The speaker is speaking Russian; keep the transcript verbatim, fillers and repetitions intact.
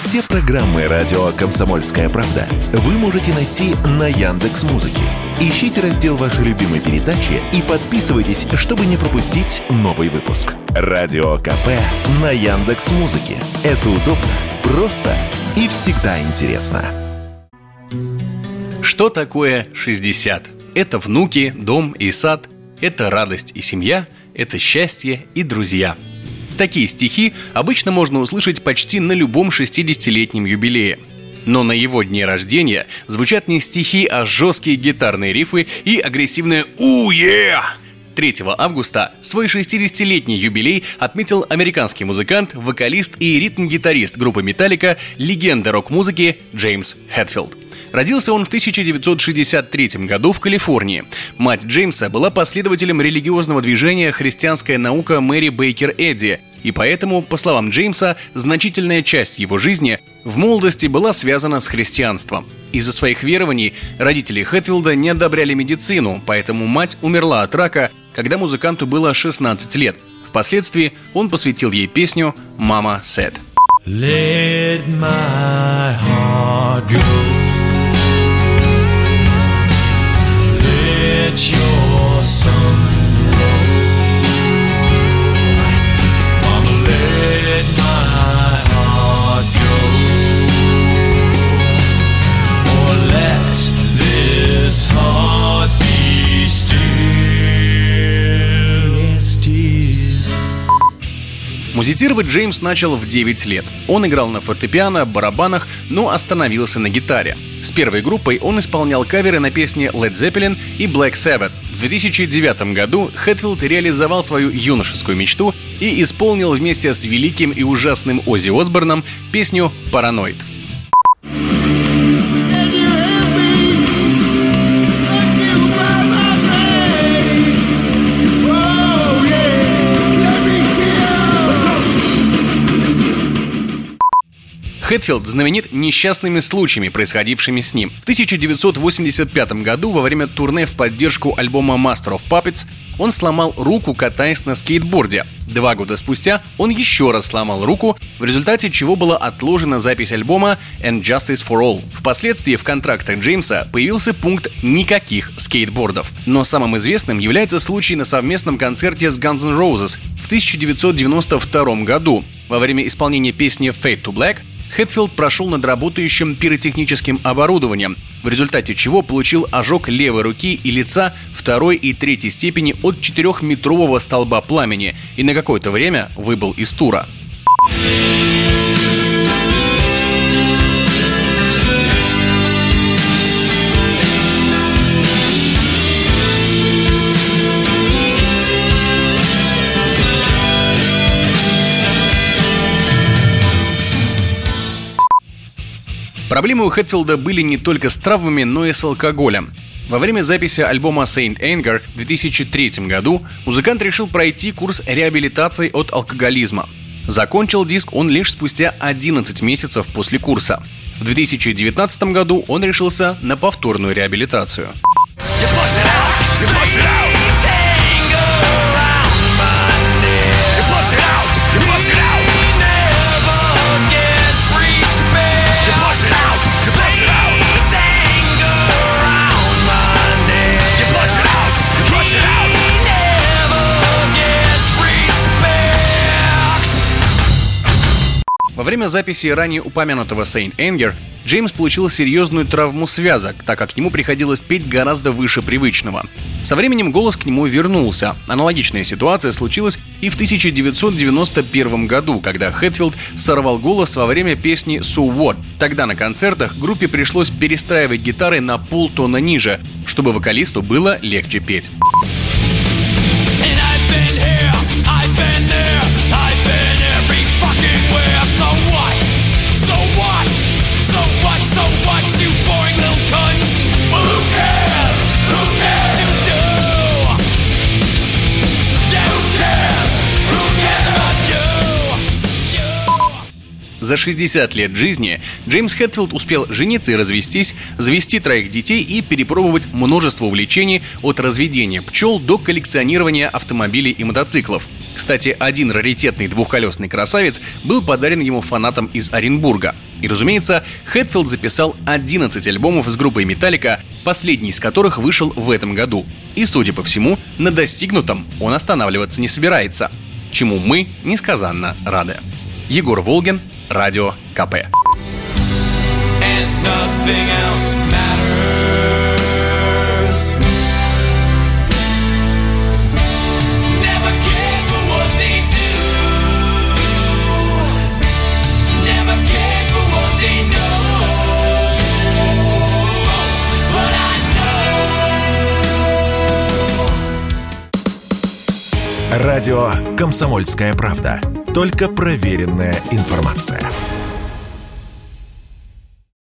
Все программы радио «Комсомольская правда» вы можете найти на Яндекс.Музыке. Ищите раздел вашей любимой передачи и подписывайтесь, чтобы не пропустить новый выпуск. Радио КП на Яндекс.Музыке. Это удобно, просто и всегда интересно. Что такое шестьдесят? Это внуки, дом и сад. Это радость и семья. Это счастье и друзья. Такие стихи обычно можно услышать почти на любом шестидесятилетнем юбилее. Но на его дне рождения звучат не стихи, а жесткие гитарные рифы и агрессивное «У-е!». третьего августа свой шестидесятилетний юбилей отметил американский музыкант, вокалист и ритм-гитарист группы Metallica, легенда рок-музыки Джеймс Хэтфилд. Родился он в тысяча девятьсот шестьдесят третьем году в Калифорнии. Мать Джеймса была последователем религиозного движения «Христианская наука» Мэри Бейкер Эдди, и поэтому, по словам Джеймса, значительная часть его жизни в молодости была связана с христианством. Из-за своих верований родители Хэтфилда не одобряли медицину, поэтому мать умерла от рака, когда музыканту было шестнадцать лет. Впоследствии он посвятил ей песню «Mama Said». Let my heart go. Let your sun glow. Mama, let my heart go. Or let this heart be still. Yes, still. Музицировать Джеймс начал в девять лет. Он играл на фортепиано, барабанах, но остановился на гитаре. С первой группой он исполнял каверы на песни Led Zeppelin и Black Sabbath. В две тысячи девятом году Хэтфилд реализовал свою юношескую мечту и исполнил вместе с великим и ужасным Оззи Осборном песню «Параноид». Хэтфилд знаменит несчастными случаями, происходившими с ним. В тысяча девятьсот восемьдесят пятом году во время турне в поддержку альбома Master of Puppets он сломал руку, катаясь на скейтборде. Два года спустя он еще раз сломал руку, в результате чего была отложена запись альбома And Justice for All. Впоследствии в контрактах Джеймса появился пункт «никаких скейтбордов». Но самым известным является случай на совместном концерте с Guns N' Roses в тысяча девятьсот девяносто втором году. Во время исполнения песни Fade to Black Хэтфилд прошел над работающим пиротехническим оборудованием, в результате чего получил ожог левой руки и лица второй и третьей степени от четырехметрового столба пламени и на какое-то время выбыл из тура. Проблемы у Хэтфилда были не только с травмами, но и с алкоголем. Во время записи альбома Saint Anger в две тысячи третьем году музыкант решил пройти курс реабилитации от алкоголизма. Закончил диск он лишь спустя одиннадцать месяцев после курса. В две тысячи девятнадцатом году он решился на повторную реабилитацию. Во время записи ранее упомянутого Saint Anger Джеймс получил серьезную травму связок, так как ему приходилось петь гораздо выше привычного. Со временем голос к нему вернулся. Аналогичная ситуация случилась и в тысяча девятьсот девяносто первом году, когда Хэтфилд сорвал голос во время песни So What. Тогда на концертах группе пришлось перестраивать гитары на полтона ниже, чтобы вокалисту было легче петь. За шестьдесят лет жизни Джеймс Хэтфилд успел жениться и развестись, завести троих детей и перепробовать множество увлечений от разведения пчел до коллекционирования автомобилей и мотоциклов. Кстати, Кстати, один раритетный двухколесный красавец был подарен ему фанатам из Оренбурга. И, разумеется, Хэтфилд записал одиннадцать альбомов с группой Metallica, последний из которых вышел в этом году. И, судя по всему, на достигнутом он останавливаться не собирается, чему мы несказанно рады. Егор Волгин, Радио КП. Радио «Комсомольская правда». Только проверенная информация.